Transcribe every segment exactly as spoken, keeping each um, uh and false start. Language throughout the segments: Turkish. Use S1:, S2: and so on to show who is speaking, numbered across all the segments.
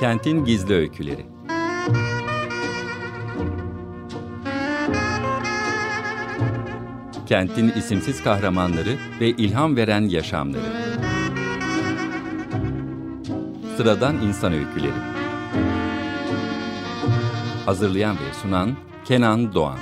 S1: Kentin Gizli Öyküleri. Kentin isimsiz kahramanları ve ilham veren yaşamları. Sıradan insan öyküleri. Hazırlayan ve sunan Kenan Doğan.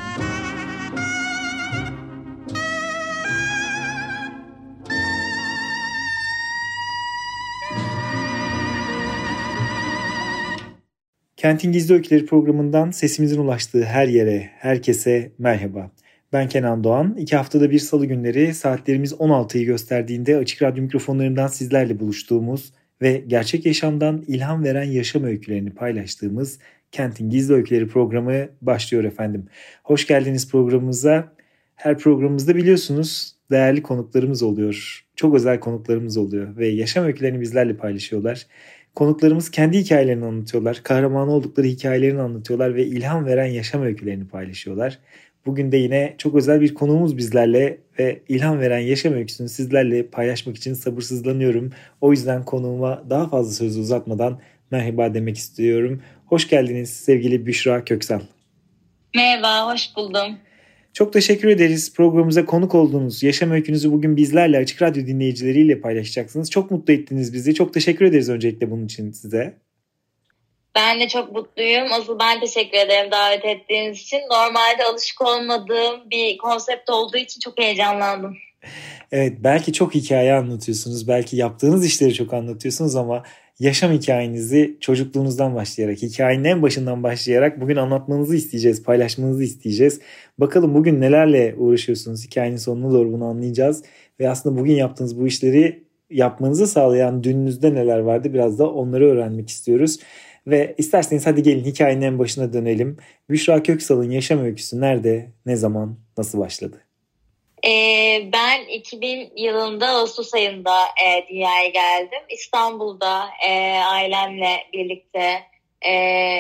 S2: Kentin Gizli Öyküleri programından sesimizin ulaştığı her yere, herkese merhaba. Ben Kenan Doğan. İki haftada bir salı günleri saatlerimiz on altıyı gösterdiğinde Açık Radyo mikrofonlarından sizlerle buluştuğumuz ve gerçek yaşamdan ilham veren yaşam öykülerini paylaştığımız Kentin Gizli Öyküleri programı başlıyor efendim. Hoş geldiniz programımıza. Her programımızda biliyorsunuz değerli konuklarımız oluyor. Çok özel konuklarımız oluyor ve yaşam öykülerini bizlerle paylaşıyorlar. Konuklarımız kendi hikayelerini anlatıyorlar, kahraman oldukları hikayelerini anlatıyorlar ve ilham veren yaşam öykülerini paylaşıyorlar. Bugün de yine çok özel bir konuğumuz bizlerle ve ilham veren yaşam öyküsünü sizlerle paylaşmak için sabırsızlanıyorum. O yüzden konuğuma daha fazla sözü uzatmadan merhaba demek istiyorum. Hoş geldiniz sevgili Büşra Köksal.
S3: Merhaba, hoş buldum.
S2: Çok teşekkür ederiz. Programımıza konuk olduğunuz yaşam öykünüzü bugün bizlerle Açık Radyo dinleyicileriyle paylaşacaksınız. Çok mutlu ettiniz bizi. Çok teşekkür ederiz öncelikle bunun için size.
S3: Ben de çok mutluyum. Asıl ben teşekkür ederim davet ettiğiniz için. Normalde alışık olmadığım bir konsept olduğu için çok heyecanlandım.
S2: Evet, belki çok hikaye anlatıyorsunuz. Belki yaptığınız işleri çok anlatıyorsunuz ama yaşam hikayenizi çocukluğunuzdan başlayarak, hikayenin en başından başlayarak bugün anlatmanızı isteyeceğiz, paylaşmanızı isteyeceğiz. Bakalım bugün nelerle uğraşıyorsunuz, hikayenin sonuna doğru bunu anlayacağız. Ve aslında bugün yaptığınız bu işleri yapmanızı sağlayan dününüzde neler vardı biraz da onları öğrenmek istiyoruz. Ve isterseniz hadi gelin hikayenin en başına dönelim. Büşra Köksal'ın yaşam öyküsü nerede, ne zaman, nasıl başladı?
S3: Ee, ben iki bin yılında Ağustos ayında e, dünyaya geldim. İstanbul'da e, ailemle birlikte e,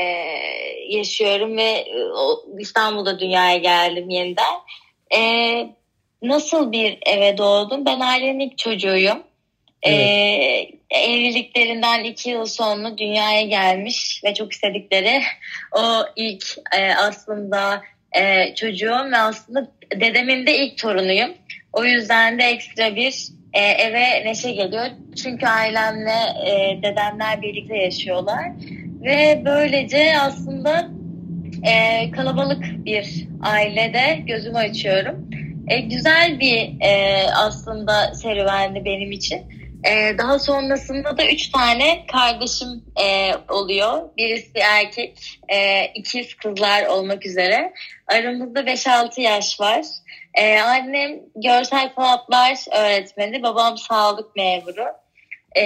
S3: yaşıyorum ve e, İstanbul'da dünyaya geldim yeniden. E, nasıl bir eve doğdum? Ben ailenin ilk çocuğuyum. Evet. E, evliliklerinden iki yıl sonra dünyaya gelmiş ve çok istedikleri o ilk e, aslında e, çocuğum ve aslında dedemin de ilk torunuyum. O yüzden de ekstra bir e, eve neşe geliyor. Çünkü ailemle e, dedemler birlikte yaşıyorlar. Ve böylece aslında e, kalabalık bir ailede gözümü açıyorum. E, güzel bir e, aslında serüvendi benim için. E, daha sonrasında da üç tane kardeşim e, oluyor. Birisi erkek, e, ikiz kızlar olmak üzere. Aramızda beş altı yaş var. Ee, annem görsel sanatlar öğretmeni, babam sağlık memuru. Ee,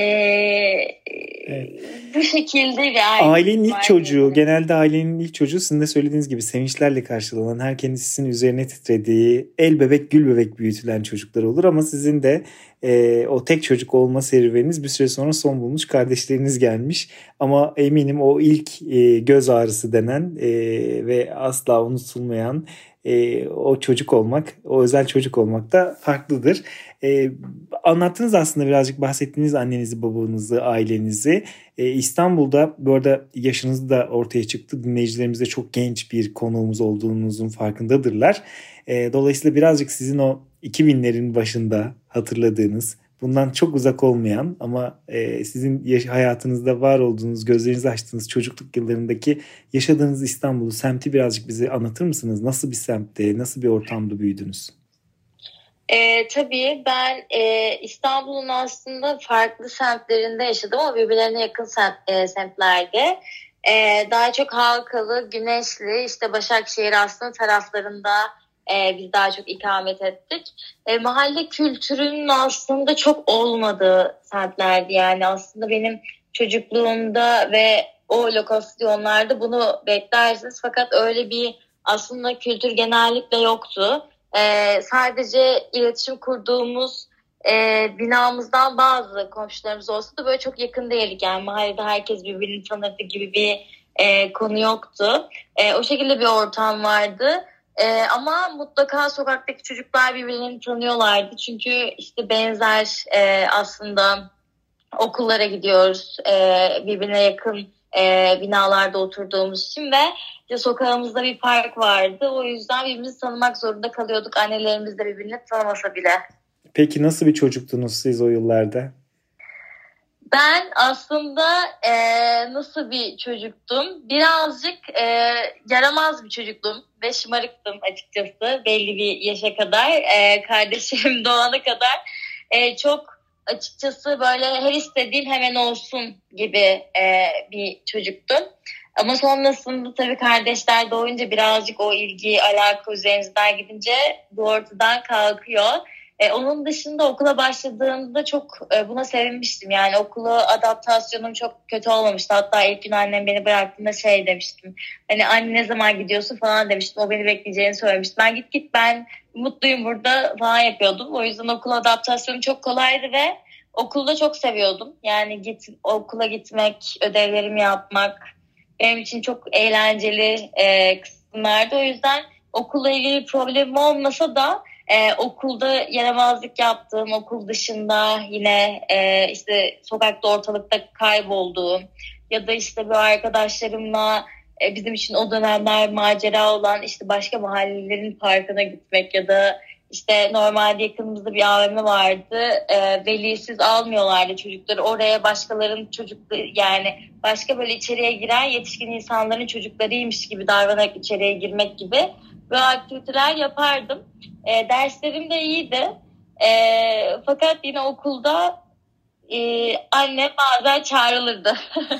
S3: evet. Bu şekilde bir aile.
S2: Ailenin ilk çocuğu, yani. Genelde ailenin ilk çocuğu sizin de söylediğiniz gibi sevinçlerle karşılanan, herkesin sizin üzerine titrediği, el bebek gül bebek büyütülen çocuklar olur ama sizin de e, o tek çocuk olma serüveniniz bir süre sonra son bulmuş, kardeşleriniz gelmiş. Ama eminim o ilk e, göz ağrısı denen e, ve asla unutulmayan Ee, o çocuk olmak, o özel çocuk olmak da farklıdır. Ee, anlattınız aslında birazcık bahsettiğiniz annenizi, babanızı, ailenizi. Ee, İstanbul'da, bu arada yaşınız da ortaya çıktı. Dinleyicilerimiz de çok genç bir konuğumuz olduğunuzun farkındadırlar. Ee, dolayısıyla birazcık sizin o iki binlerin başında hatırladığınız, bundan çok uzak olmayan ama e, sizin yaş- hayatınızda var olduğunuz, gözlerinizi açtığınız çocukluk yıllarındaki yaşadığınız İstanbul'u, semti birazcık bize anlatır mısınız? Nasıl bir semtte, nasıl bir ortamda büyüdünüz?
S3: E, tabii ben e, İstanbul'un aslında farklı semtlerinde yaşadım ama birbirlerine yakın semt, e, semtlerde. E, daha çok Halkalı, Güneşli, işte Başakşehir aslında taraflarında Ee, biz daha çok ikamet ettik. Ee, mahalle kültürünün aslında çok olmadığı semtlerdi. Yani aslında benim çocukluğumda ve o lokasyonlarda bunu beklersiniz. Fakat öyle bir aslında kültür genellikle yoktu. Ee, sadece iletişim kurduğumuz e, binamızdan bazı komşularımız olsa da böyle çok yakın değildik. Yani mahallede herkes birbirini tanırdı gibi bir e, konu yoktu. E, o şekilde bir ortam vardı. Ee, ama mutlaka sokaktaki çocuklar birbirlerini tanıyorlardı. Çünkü işte benzer e, aslında okullara gidiyoruz. E, birbirine yakın e, binalarda oturduğumuz için ve işte sokağımızda bir park vardı. O yüzden birbirimizi tanımak zorunda kalıyorduk. Annelerimiz de birbirini tanımasa bile.
S2: Peki nasıl bir çocuktunuz siz o yıllarda?
S3: Ben aslında e, nasıl bir çocuktum? Birazcık e, yaramaz bir çocuktum ve şımarıktım açıkçası belli bir yaşa kadar. E, kardeşim doğana kadar e, çok açıkçası böyle her istediğim hemen olsun gibi e, bir çocuktum. Ama sonrasında tabii kardeşler doğunca birazcık o ilgi, alaka üzerinizden gidince bu ortadan kalkıyor. E, onun dışında okula başladığımda çok e, buna sevinmiştim. Yani okula adaptasyonum çok kötü olmamıştı. Hatta ilk gün annem beni bıraktığında şey demiştim. Hani anne ne zaman gidiyorsun falan demiştim. O beni bekleyeceğini söylemişti. Ben git git ben mutluyum burada falan yapıyordum. O yüzden okula adaptasyonum çok kolaydı ve okulda çok seviyordum. Yani git okula gitmek, ödevlerimi yapmak benim için çok eğlenceli e, kısımlardı. O yüzden okulla ilgili bir problemim olmasa da Ee, okulda yaramazlık yaptığım, okul dışında yine e, işte sokakta ortalıkta kaybolduğum ya da işte bu arkadaşlarımla e, bizim için o dönemler macera olan işte başka mahallelerin parkına gitmek ya da işte normalde yakınımızda bir A V M vardı. E, velisiz almıyorlardı çocukları. Oraya başkalarının çocukları yani başka böyle içeriye giren yetişkin insanların çocuklarıymış gibi davranarak içeriye girmek gibi böyle aktiviteler yapardım. E, derslerim de iyiydi. E, fakat yine okulda e, annem bazen çağrılırdı.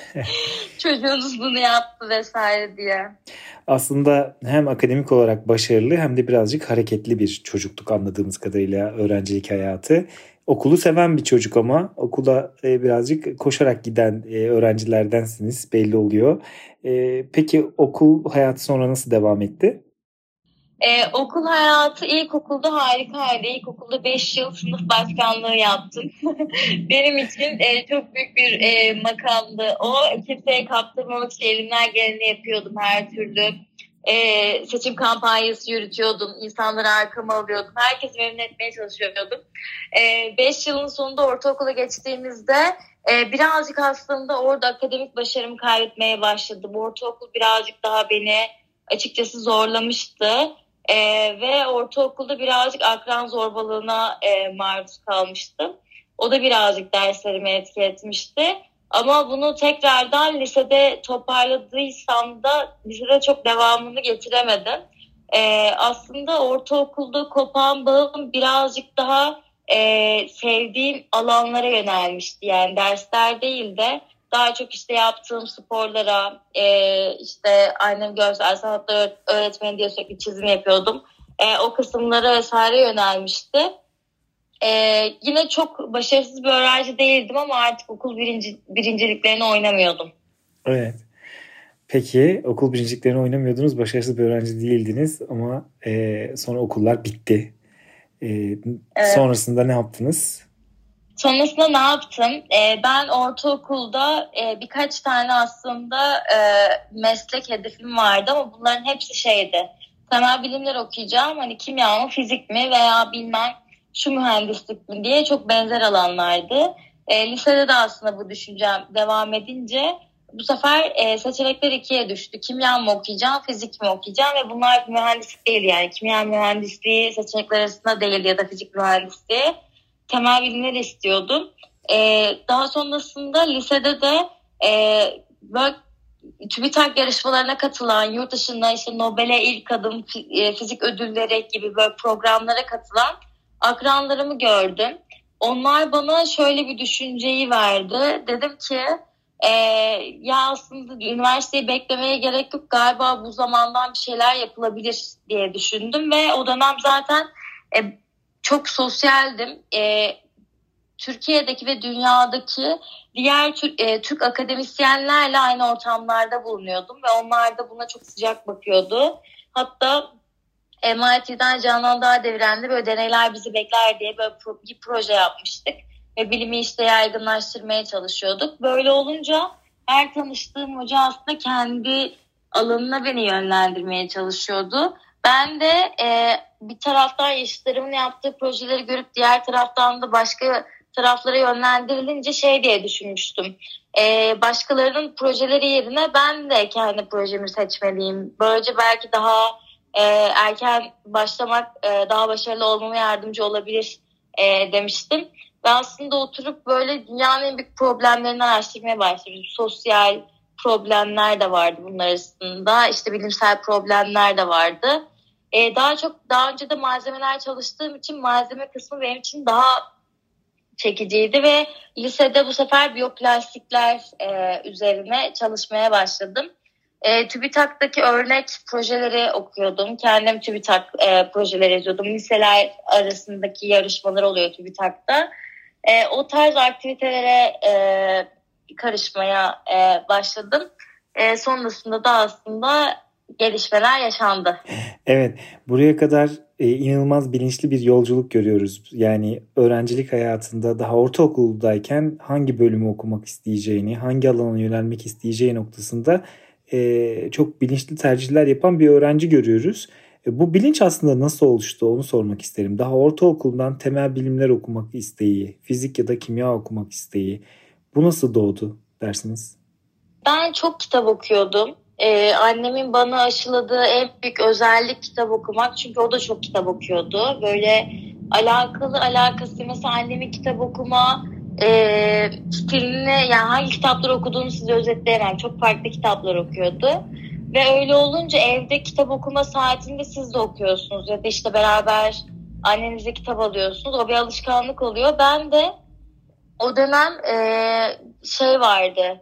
S3: Çocuğunuz bunu yaptı vesaire diye.
S2: Aslında hem akademik olarak başarılı hem de birazcık hareketli bir çocukluk anladığımız kadarıyla öğrencilik hayatı. Okulu seven bir çocuk ama okula birazcık koşarak giden öğrencilerdensiniz belli oluyor. Peki okul hayatı sonra nasıl devam etti?
S3: Ee, okul hayatı ilkokulda harikaydı. İlkokulda beş yıl sınıf başkanlığı yaptım. Benim için e, çok büyük bir e, makamdı. O kimseye kaptırmamak için elimden geleni yapıyordum her türlü. E, seçim kampanyası yürütüyordum. İnsanları arkama alıyordum. Herkesi memnun etmeye çalışıyordum. E, beş yılın sonunda ortaokula geçtiğimizde e, birazcık aslında orada akademik başarımı kaybetmeye başladım. Ortaokul birazcık daha beni açıkçası zorlamıştı. Ee, ve ortaokulda birazcık akran zorbalığına e, maruz kalmıştım. O da birazcık derslerime etki etmişti. Ama bunu tekrardan lisede toparladıysam da lisede çok devamını getiremedim. Ee, aslında ortaokulda kopan bağım birazcık daha e, sevdiğim alanlara yönelmişti. Yani dersler değil de daha çok işte yaptığım sporlara, e, işte annem görsel sanatlar öğretmeni diye sürekli çizim yapıyordum. E, o kısımlara vesaire yönelmişti. E, yine çok başarısız bir öğrenci değildim ama artık okul birinci, birinciliklerini oynamıyordum.
S2: Evet. Peki okul birinciliklerini oynamıyordunuz, başarısız bir öğrenci değildiniz ama e, sonra okullar bitti. E, evet. Sonrasında ne yaptınız?
S3: Sonrasında ne yaptım? Ee, ben ortaokulda e, birkaç tane aslında e, meslek hedefim vardı ama bunların hepsi şeydi. Temel bilimler okuyacağım. Hani kimya mı, fizik mi veya bilmem şu mühendislik mi diye çok benzer alanlardı. E, lisede de aslında bu düşüncem devam edince bu sefer e, seçenekler ikiye düştü. Kimya mı okuyacağım, fizik mi okuyacağım ve bunlar mühendislik değil yani. Kimya mühendisliği seçenekler arasında değil ya da fizik mühendisliği. Temel bilimler istiyordum. Ee, daha sonrasında lisede de e, böyle TÜBİTAK yarışmalarına katılan, yurt dışında işte Nobel'e ilk adım fizik ödülleri gibi böyle programlara katılan akranlarımı gördüm. Onlar bana şöyle bir düşünceyi verdi. Dedim ki e, ya aslında üniversiteyi beklemeye gerek yok. Galiba bu zamandan bir şeyler yapılabilir diye düşündüm ve o dönem zaten e, çok sosyaldim. E, Türkiye'deki ve dünyadaki diğer Türk, e, Türk akademisyenlerle aynı ortamlarda bulunuyordum ve onlar da buna çok sıcak bakıyordu. Hatta M I T'den Canan Dağdeviren'de böyle deneyler bizi bekler diye böyle bir proje yapmıştık. Ve bilimi işte yaygınlaştırmaya çalışıyorduk. Böyle olunca her tanıştığım hoca aslında kendi alanına beni yönlendirmeye çalışıyordu. Ben de e, bir taraftan yaşıtlarımın yaptığı projeleri görüp diğer taraftan da başka taraflara yönlendirilince şey diye düşünmüştüm. Ee, başkalarının projeleri yerine ben de kendi projemi seçmeliyim. Böylece belki daha e, erken başlamak e, daha başarılı olmama yardımcı olabilir e, demiştim. Ve aslında oturup böyle dünyanın en büyük problemlerini araştırmaya başladım. Sosyal problemler de vardı bunlar arasında. İşte bilimsel problemler de vardı. Ee, daha çok daha önce de malzemeler çalıştığım için malzeme kısmı benim için daha çekiciydi ve lisede bu sefer biyoplastikler e, üzerine çalışmaya başladım. E, TÜBİTAK'taki örnek projeleri okuyordum. Kendim TÜBİTAK e, projeleri yazıyordum. Liseler arasındaki yarışmalar oluyor TÜBİTAK'ta. E, o tarz aktivitelere e, karışmaya e, başladım. E, sonrasında da aslında gelişmeler yaşandı.
S2: Evet, buraya kadar e, inanılmaz bilinçli bir yolculuk görüyoruz. Yani öğrencilik hayatında daha ortaokuldayken hangi bölümü okumak isteyeceğini, hangi alana yönelmek isteyeceği noktasında e, çok bilinçli tercihler yapan bir öğrenci görüyoruz. E, bu bilinç aslında nasıl oluştu onu sormak isterim. Daha ortaokuldan temel bilimler okumak isteği, fizik ya da kimya okumak isteği, bu nasıl doğdu dersiniz?
S3: Ben çok kitap okuyordum. Ee, annemin bana aşıladığı en büyük özellik kitap okumak. Çünkü o da çok kitap okuyordu. Böyle alakalı alakası mesela annemin kitap okuma e, stilini, yani hangi kitapları okuduğunu size özetleyemem. Çok farklı kitaplar okuyordu. Ve öyle olunca evde kitap okuma saatinde siz de okuyorsunuz. Ya da işte beraber annenize kitap alıyorsunuz. O bir alışkanlık oluyor. Ben de o dönem e, şey vardı.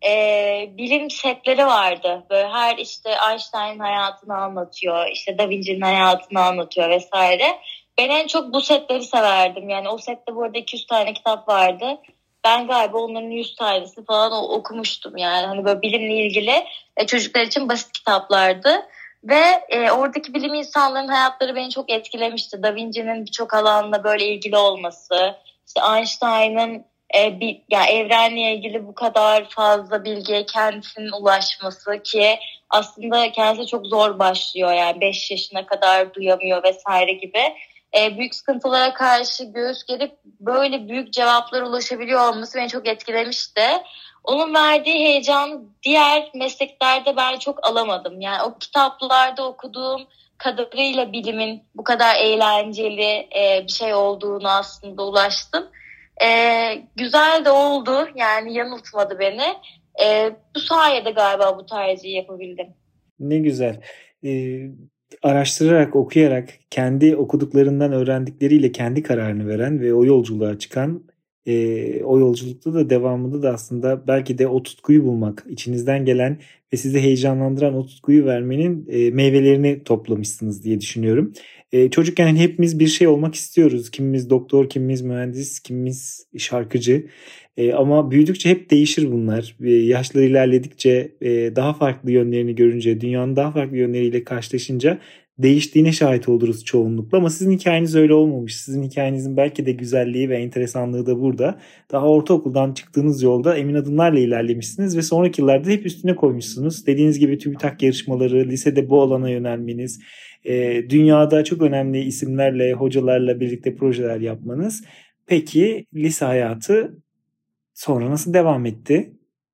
S3: Ee, bilim setleri vardı. Böyle her işte Einstein'ın hayatını anlatıyor, işte Da Vinci'nin hayatını anlatıyor vesaire. Ben en çok bu setleri severdim. Yani o sette bu arada iki yüz tane kitap vardı. Ben galiba onların yüz tanesi falan okumuştum yani. Hani böyle bilimle ilgili e, çocuklar için basit kitaplardı. Ve e, oradaki bilim insanlarının hayatları beni çok etkilemişti. Da Vinci'nin birçok alanla böyle ilgili olması, işte Einstein'ın E, bir, yani evrenle ilgili bu kadar fazla bilgiye kendisinin ulaşması ki aslında kendisi çok zor başlıyor, yani beş yaşına kadar duyamıyor vesaire gibi e, büyük sıkıntılara karşı göğüs gerip böyle büyük cevaplara ulaşabiliyor olması beni çok etkilemişti. Onun verdiği heyecanı diğer mesleklerde ben çok alamadım. Yani o kitaplarda okuduğum kadarıyla bilimin bu kadar eğlenceli e, bir şey olduğunu aslında ulaştım. Ee, güzel de oldu, yani yanıltmadı beni. Ee, bu sayede galiba bu tercihi yapabildim.
S2: Ne güzel. Ee, araştırarak, okuyarak, kendi okuduklarından öğrendikleriyle kendi kararını veren ve o yolculuğa çıkan, e, o yolculukta da devamında da aslında belki de o tutkuyu bulmak, içinizden gelen ve sizi heyecanlandıran o tutkuyu vermenin e, meyvelerini toplamışsınız diye düşünüyorum. E, çocukken hani hepimiz bir şey olmak istiyoruz. Kimimiz doktor, kimimiz mühendis, kimimiz şarkıcı. E, ama büyüdükçe hep değişir bunlar. E, yaşlar ilerledikçe, e, daha farklı yönlerini görünce, dünyanın daha farklı yönleriyle karşılaşınca değiştiğine şahit oluruz çoğunlukla. Ama sizin hikayeniz öyle olmamış. Sizin hikayenizin belki de güzelliği ve enteresanlığı da burada. Daha ortaokuldan çıktığınız yolda emin adımlarla ilerlemişsiniz ve sonraki yıllarda hep üstüne koymuşsunuz. Dediğiniz gibi TÜBİTAK yarışmaları, lisede bu alana yönelmeniz, e, dünyada çok önemli isimlerle, hocalarla birlikte projeler yapmanız. Peki lise hayatı sonra nasıl devam etti?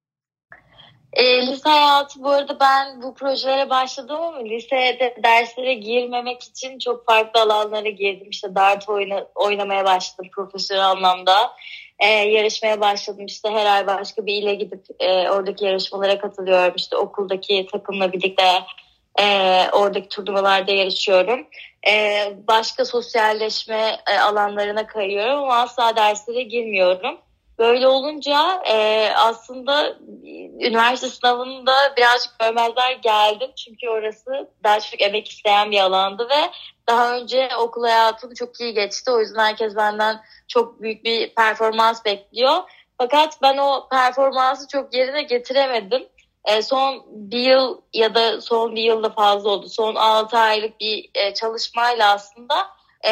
S3: E, lise hayatı, bu arada ben bu projelere başladım ama lisede derslere girmemek için çok farklı alanlara girdim. İşte dart oyna, oynamaya başladım profesyonel anlamda. E, yarışmaya başladım. İşte her ay başka bir ile gidip e, oradaki yarışmalara katılıyorum. İşte okuldaki takımla birlikte e, oradaki turnuvalarda yarışıyorum. E, başka sosyalleşme e, alanlarına kayıyorum ama asla derslere girmiyorum. Böyle olunca e, aslında üniversite sınavında birazcık görmezler geldim. Çünkü orası daha çok emek isteyen bir alandı ve daha önce okul hayatım çok iyi geçti. O yüzden herkes benden çok büyük bir performans bekliyor. Fakat ben o performansı çok yerine getiremedim. E, son bir yıl ya da son bir yılda fazla oldu. Son altı aylık bir e, çalışmayla aslında e,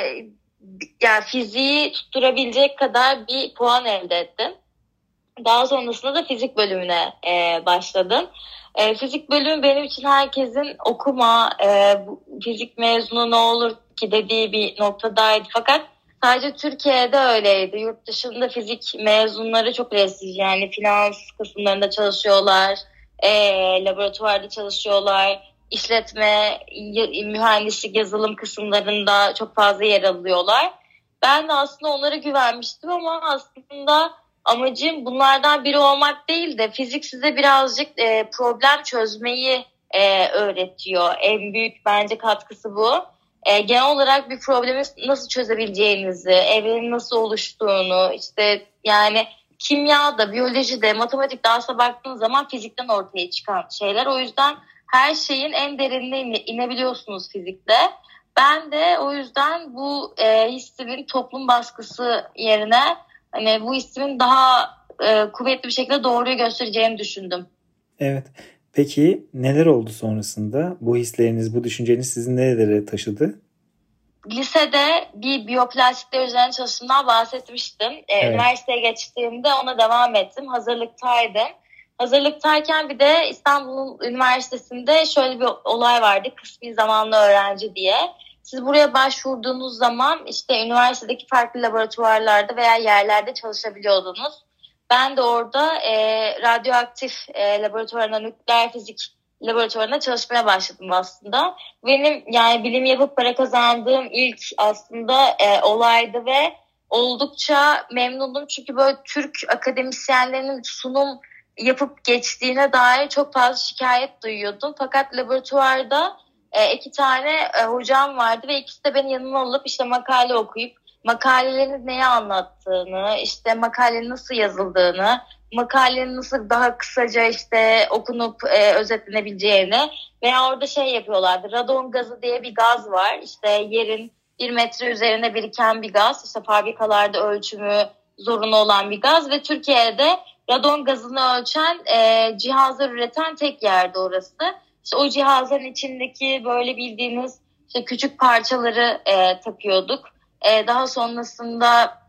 S3: yani fiziği tutturabilecek kadar bir puan elde ettim. Daha sonrasında da fizik bölümüne e, başladım. E, fizik bölümü benim için herkesin okuma, e, fizik mezunu ne olur ki dediği bir noktadaydı. Fakat Sadece Türkiye'de öyleydi. Yurt dışında fizik mezunları çok prestijli. Yani finans kısımlarında çalışıyorlar, e, laboratuvarda çalışıyorlar, işletme, y- mühendislik, yazılım kısımlarında çok fazla yer alıyorlar. Ben de aslında onlara güvenmiştim ama aslında amacım bunlardan biri olmak değil de fizik size birazcık e, problem çözmeyi e, öğretiyor. En büyük bence katkısı bu. E, genel olarak bir problemi nasıl çözebileceğinizi, evrenin nasıl oluştuğunu, işte yani kimyada, biyolojide, matematikte aslında baktığınız zaman fizikten ortaya çıkan şeyler. O yüzden her şeyin en derinine ine, inebiliyorsunuz fizikte. Ben de o yüzden bu e, hissimin toplum baskısı yerine hani bu hissimin daha e, kuvvetli bir şekilde doğruyu göstereceğimi düşündüm.
S2: Evet. Peki neler oldu sonrasında? Bu hisleriniz, bu düşünceniz sizi nerelere taşıdı?
S3: Lisede bir biyoplastikler üzerine çalıştığımdan bahsetmiştim. Ee, evet. Üniversiteye geçtiğimde ona devam ettim. Hazırlıktaydım. Hazırlıktayken bir de İstanbul Üniversitesi'nde şöyle bir olay vardı. Kısmi zamanlı öğrenci diye. Siz buraya başvurduğunuz zaman işte üniversitedeki farklı laboratuvarlarda veya yerlerde çalışabiliyordunuz. Ben de orada e, radyoaktif e, laboratuvarına, nükleer fizik laboratuvarında çalışmaya başladım aslında. Benim yani bilim yapıp para kazandığım ilk aslında e, olaydı ve oldukça memnundum. Çünkü böyle Türk akademisyenlerinin sunum yapıp geçtiğine dair çok fazla şikayet duyuyordum. Fakat laboratuvarda e, iki tane e, hocam vardı ve ikisi de beni yanına alıp işte makale okuyup makalelerin neyi anlattığını, işte makalenin nasıl yazıldığını, makalenin nasıl daha kısaca işte okunup e, özetlenebileceğini veya orada şey yapıyorlardı. Radon gazı diye bir gaz var. İşte yerin bir metre üzerine biriken bir gaz. İşte fabrikalarda ölçümü zorunlu olan bir gaz ve Türkiye'de radon gazını ölçen e, cihazlar üreten tek yerde orası. İşte o cihazların içindeki böyle bildiğiniz işte küçük parçaları e, takıyorduk. E, daha sonrasında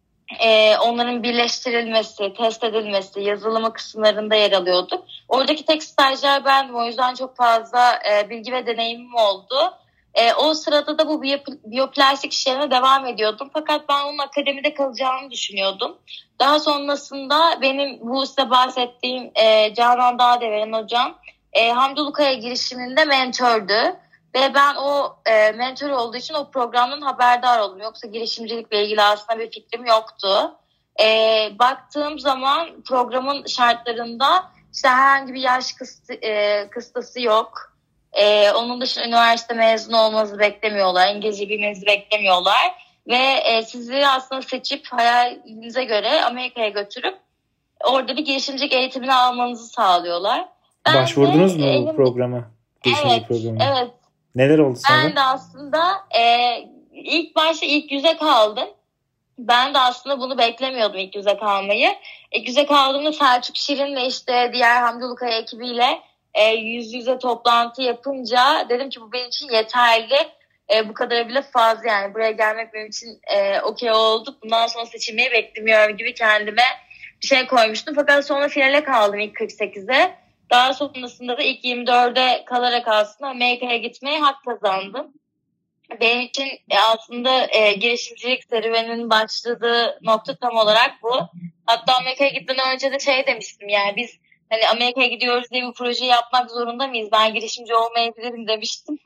S3: e, onların birleştirilmesi, test edilmesi, yazılımı kısımlarında yer alıyorduk. Oradaki tek stajyer bendim. O yüzden çok fazla e, bilgi ve deneyimim oldu. E, o sırada da bu biyoplastik işlerine devam ediyordum. Fakat ben onun akademide kalacağını düşünüyordum. Daha sonrasında benim bu size bahsettiğim e, Canan Dağdeviren hocam e, Hamdi Ulukaya girişiminde mentördü. Ve ben o e, mentor olduğu için o programdan haberdar oldum. Yoksa girişimcilikle ilgili aslında bir fikrim yoktu. E, baktığım zaman programın şartlarında işte herhangi bir yaş kıst, e, kıstası yok. E, onun dışında üniversite mezunu olmanızı beklemiyorlar. İngilizce bilmenizi beklemiyorlar. Ve e, sizi aslında seçip hayalinize göre Amerika'ya götürüp orada bir girişimcilik eğitimini almanızı sağlıyorlar. Ben
S2: Başvurdunuz
S3: de,
S2: mu
S3: elim...
S2: bu programa? Girişimcilik
S3: Evet,
S2: programına.
S3: evet.
S2: Neler oldu sonra?
S3: Ben de aslında e, ilk başta ilk yüze kaldım. Ben de aslında bunu beklemiyordum ilk yüze kalmayı. İlk yüze kaldığımda Selçuk Şirin ve işte diğer Hamdi Ulukaya ekibiyle e, yüz yüze toplantı yapınca dedim ki bu benim için yeterli. E, bu kadar bile fazla yani buraya gelmek benim için e, okey oldu. Bundan sonra seçilmeyi beklemiyorum gibi kendime bir şey koymuştum. Fakat sonra finale kaldım ilk kırk sekize. Daha sonrasında da ilk yirmi dörde kalarak aslında Amerika'ya gitmeye hak kazandım. Benim için aslında e, girişimcilik serüveninin başladığı nokta tam olarak bu. Hatta Amerika'ya gitmeden önce de şey demiştim yani biz hani Amerika'ya gidiyoruz diye bir proje yapmak zorunda mıyız? Ben girişimci olmayabilirim demiştim.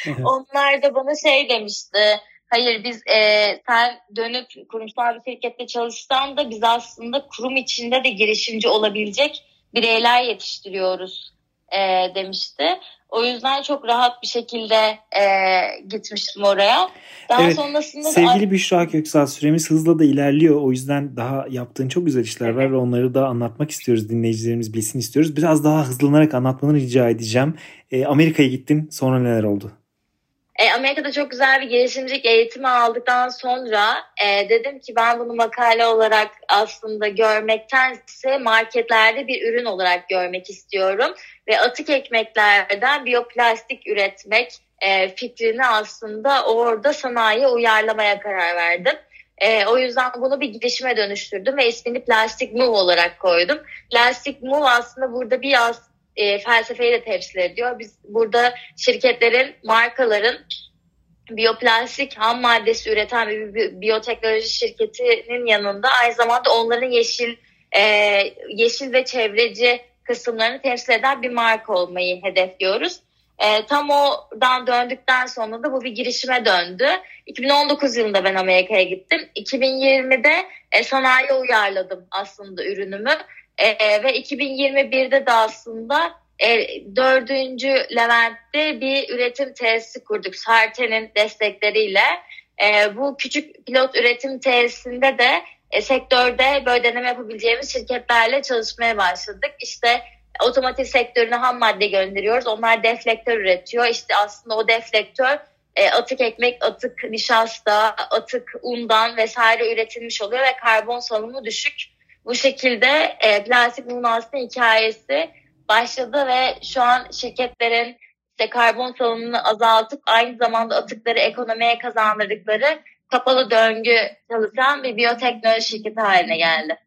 S3: Onlar da bana şey demişti. Hayır biz e, sen dönüp kurumsal bir şirkette çalışsan da biz aslında kurum içinde de girişimci olabilecek bireyler yetiştiriyoruz e, demişti. O yüzden çok rahat bir şekilde e, gitmiştim oraya. Daha
S2: evet,
S3: sonrasında
S2: sevgili da... Büşra Köksal, süremiz hızla da ilerliyor. O yüzden daha yaptığın çok güzel işler evet. var ve onları da anlatmak istiyoruz. Dinleyicilerimiz bilsin istiyoruz. Biraz daha hızlanarak anlatmanı rica edeceğim. E, Amerika'ya gittin. Sonra neler oldu?
S3: E, Amerika'da çok güzel bir girişimcilik eğitimi aldıktan sonra e, dedim ki ben bunu makale olarak aslında görmektense marketlerde bir ürün olarak görmek istiyorum. Ve atık ekmeklerden biyoplastik üretmek e, fikrini aslında orada sanayiye uyarlamaya karar verdim. E, o yüzden bunu bir girişime dönüştürdüm ve ismini Plastic Move olarak koydum. Plastic Move aslında burada bir az e, felsefeyi de temsil ediyor. Biz burada şirketlerin, markaların biyoplastik ham maddesi üreten bir biyoteknoloji şirketinin yanında aynı zamanda onların yeşil e, yeşil ve çevreci kısımlarını temsil eden bir marka olmayı hedefliyoruz. E, tam oradan döndükten sonra da bu bir girişime döndü. iki bin on dokuz yılında ben Amerika'ya gittim. iki bin yirmide e, sanayiye uyarladım aslında ürünümü. E, ve iki bin yirmi birde de aslında e, dördüncü Levent'te bir üretim tesisi kurduk. Sarte'nin destekleriyle. E, bu küçük pilot üretim tesisinde de e, sektörde böyle deneme yapabileceğimiz şirketlerle çalışmaya başladık. İşte otomotiv sektörüne ham madde gönderiyoruz. Onlar deflektör üretiyor. İşte aslında o deflektör e, atık ekmek, atık nişasta, atık undan vesaire üretilmiş oluyor ve karbon salımı düşük. Bu şekilde e, plastik mumunasının hikayesi başladı ve şu an şirketlerin işte karbon salımını azaltıp aynı zamanda atıkları ekonomiye kazandırdıkları kapalı döngü çalışan bir biyoteknoloji şirketi haline geldi.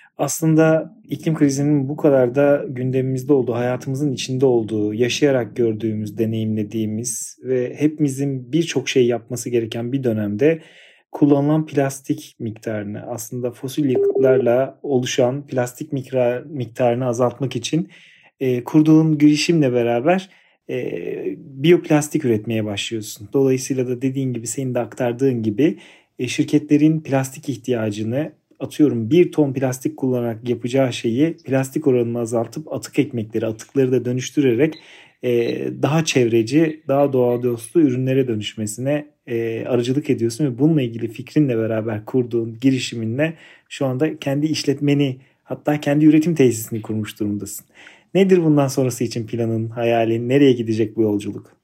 S2: Aslında iklim krizinin bu kadar da gündemimizde olduğu, hayatımızın içinde olduğu, yaşayarak gördüğümüz, deneyimlediğimiz ve hepimizin birçok şey yapması gereken bir dönemde kullanılan plastik miktarını, aslında fosil yakıtlarla oluşan plastik miktarını azaltmak için e, kurduğun girişimle beraber e, biyoplastik üretmeye başlıyorsun. Dolayısıyla da dediğin gibi, senin de aktardığın gibi e, şirketlerin plastik ihtiyacını, atıyorum bir ton plastik kullanarak yapacağı şeyi plastik oranını azaltıp atık ekmekleri, atıkları da dönüştürerek e, daha çevreci, daha doğa dostu ürünlere dönüşmesine e, aracılık ediyorsun ve bununla ilgili fikrinle beraber kurduğun girişiminle şu anda kendi işletmeni, hatta kendi üretim tesisini kurmuş durumdasın. Nedir bundan sonrası için planın, hayalin, nereye gidecek bu yolculuk?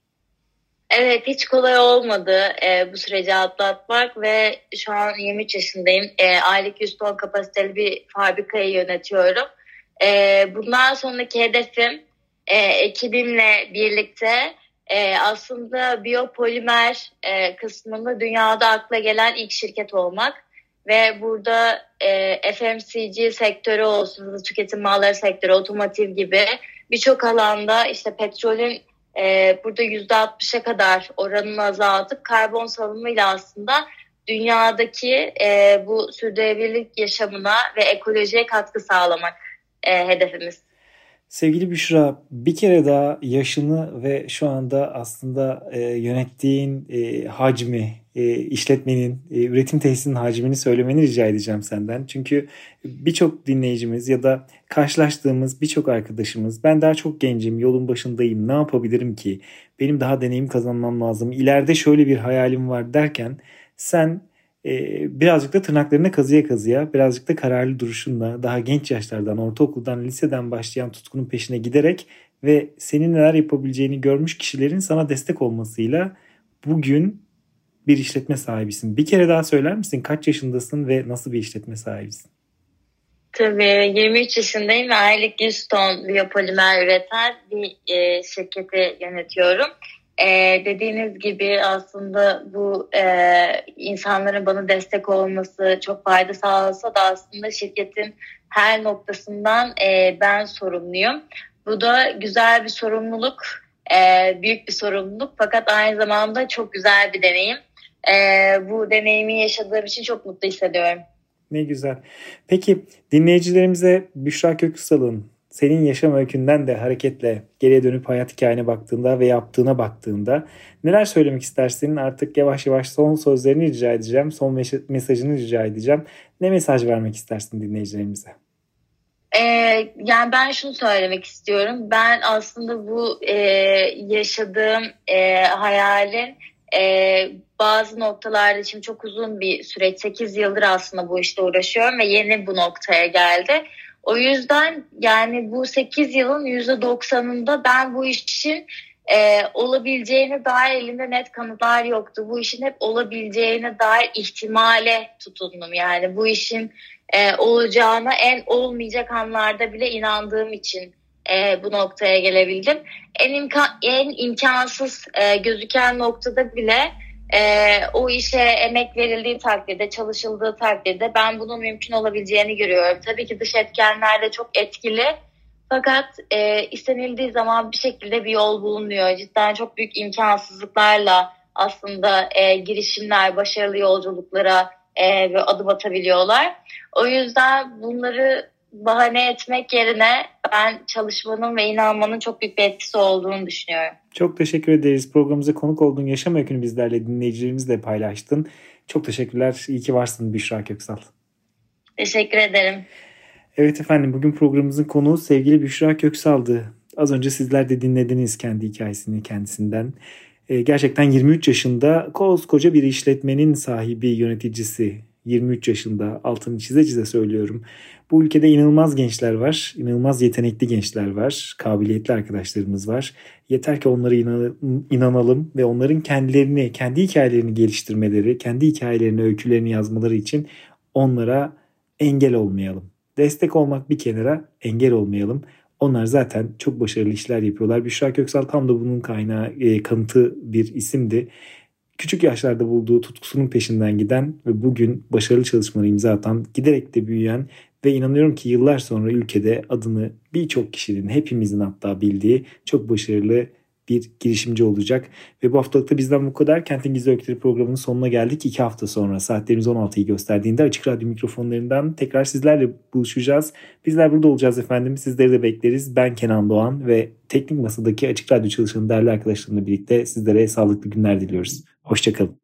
S3: Evet, hiç kolay olmadı e, bu süreci atlatmak ve şu an yirmi üç yaşındayım. E, aylık yüz ton kapasiteli bir fabrikayı yönetiyorum. E, bundan sonraki hedefim e, ekibimle birlikte e, aslında biyopolimer e, kısmında dünyada akla gelen ilk şirket olmak. Ve burada e, F M C G sektörü olsun, tüketim malları sektörü, otomotiv gibi birçok alanda işte petrolün Ee, burada yüzde altmışa kadar oranını azaltıp karbon salımıyla aslında dünyadaki e, bu sürdürülebilirlik yaşamına ve ekolojiye katkı sağlamak e, hedefimiz.
S2: Sevgili Büşra, bir kere daha yaşını ve şu anda aslında e, yönettiğin e, hacmi, e, işletmenin, e, üretim tesisinin hacmini söylemeni rica edeceğim senden. Çünkü birçok dinleyicimiz ya da karşılaştığımız birçok arkadaşımız, ben daha çok gencim, yolun başındayım, ne yapabilirim ki, benim daha deneyim kazanmam lazım, ileride şöyle bir hayalim var derken sen Ee, birazcık da tırnaklarına kazıya kazıya, birazcık da kararlı duruşunla daha genç yaşlardan, ortaokuldan, liseden başlayan tutkunun peşine giderek ve senin neler yapabileceğini görmüş kişilerin sana destek olmasıyla bugün bir işletme sahibisin. Bir kere daha söyler misin? Kaç yaşındasın ve nasıl bir işletme sahibisin?
S3: Tabii, yirmi üç yaşındayım ve aylık yüz ton biyopolimer üreten bir e, şirketi yönetiyorum. Ee, dediğiniz gibi aslında bu e, insanların bana destek olması çok fayda sağlasa da aslında şirketin her noktasından e, ben sorumluyum. Bu da güzel bir sorumluluk, e, büyük bir sorumluluk fakat aynı zamanda çok güzel bir deneyim. E, bu deneyimi yaşadığım için çok mutlu hissediyorum.
S2: Ne güzel. Peki dinleyicilerimize Büşra Köksal'ın senin yaşam öykünden de hareketle geriye dönüp hayat hikayene baktığında ve yaptığına baktığında neler söylemek istersin? Artık yavaş yavaş son sözlerini rica edeceğim. Son mesajını rica edeceğim. Ne mesaj vermek istersin dinleyicilerimize?
S3: Ee, yani ben şunu söylemek istiyorum. Ben aslında bu e, yaşadığım e, hayalin e, bazı noktalarda için çok uzun bir süreç. sekiz yıldır aslında bu işte uğraşıyorum ve yeni bu noktaya geldi. O yüzden yani bu sekiz yılın yüzde doksanında ben bu işin e, olabileceğine dair elimde net kanıtlar yoktu. Bu işin hep olabileceğine dair ihtimale tutundum. Yani bu işin e, olacağına en olmayacak anlarda bile inandığım için e, bu noktaya gelebildim. En, imkan, en imkansız e, gözüken noktada bile Ee, o işe emek verildiği takdirde, çalışıldığı takdirde ben bunun mümkün olabileceğini görüyorum. Tabii ki dış etkenler de çok etkili. Fakat e, istenildiği zaman bir şekilde bir yol bulunuyor. Cidden çok büyük imkansızlıklarla aslında e, girişimler, başarılı yolculuklara e, ve adım atabiliyorlar. O yüzden bunları bahane etmek yerine ben çalışmanın ve inanmanın çok büyük bir etkisi olduğunu düşünüyorum.
S2: Çok teşekkür ederiz. Programımıza konuk olduğun yaşam öykünü bizlerle, dinleyicilerimizle paylaştın. Çok teşekkürler. İyi ki varsın Büşra Köksal.
S3: Teşekkür ederim.
S2: Evet efendim, bugün programımızın konuğu sevgili Büşra Köksal'dı. Az önce sizler de dinlediniz kendi hikayesini kendisinden. Ee, gerçekten yirmi üç yaşında koskoca bir işletmenin sahibi, yöneticisi. yirmi üç yaşında, altını çize çize söylüyorum. Bu ülkede inanılmaz gençler var, inanılmaz yetenekli gençler var, kabiliyetli arkadaşlarımız var. Yeter ki onlara inanalım ve onların kendilerini, kendi hikayelerini geliştirmeleri, kendi hikayelerini, öykülerini yazmaları için onlara engel olmayalım. Destek olmak bir kenara, engel olmayalım. Onlar zaten çok başarılı işler yapıyorlar. Büşra Köksal tam da bunun kaynağı, e, kanıtı bir isimdi. Küçük yaşlarda bulduğu tutkusunun peşinden giden ve bugün başarılı çalışmaları imza atan, giderek de büyüyen ve inanıyorum ki yıllar sonra ülkede adını birçok kişinin, hepimizin hatta bildiği çok başarılı bir girişimci olacak. Ve bu haftalıkta bizden bu kadar. Kentin Gizli Öyküleri programının sonuna geldik. İki hafta sonra saatlerimiz on altıyı gösterdiğinde Açık Radyo mikrofonlarından tekrar sizlerle buluşacağız. Bizler burada olacağız efendim. Sizleri de bekleriz. Ben Kenan Doğan ve Teknik Masa'daki Açık Radyo çalışanı değerli arkadaşlarımla birlikte sizlere sağlıklı günler diliyoruz. Hoşçakalın.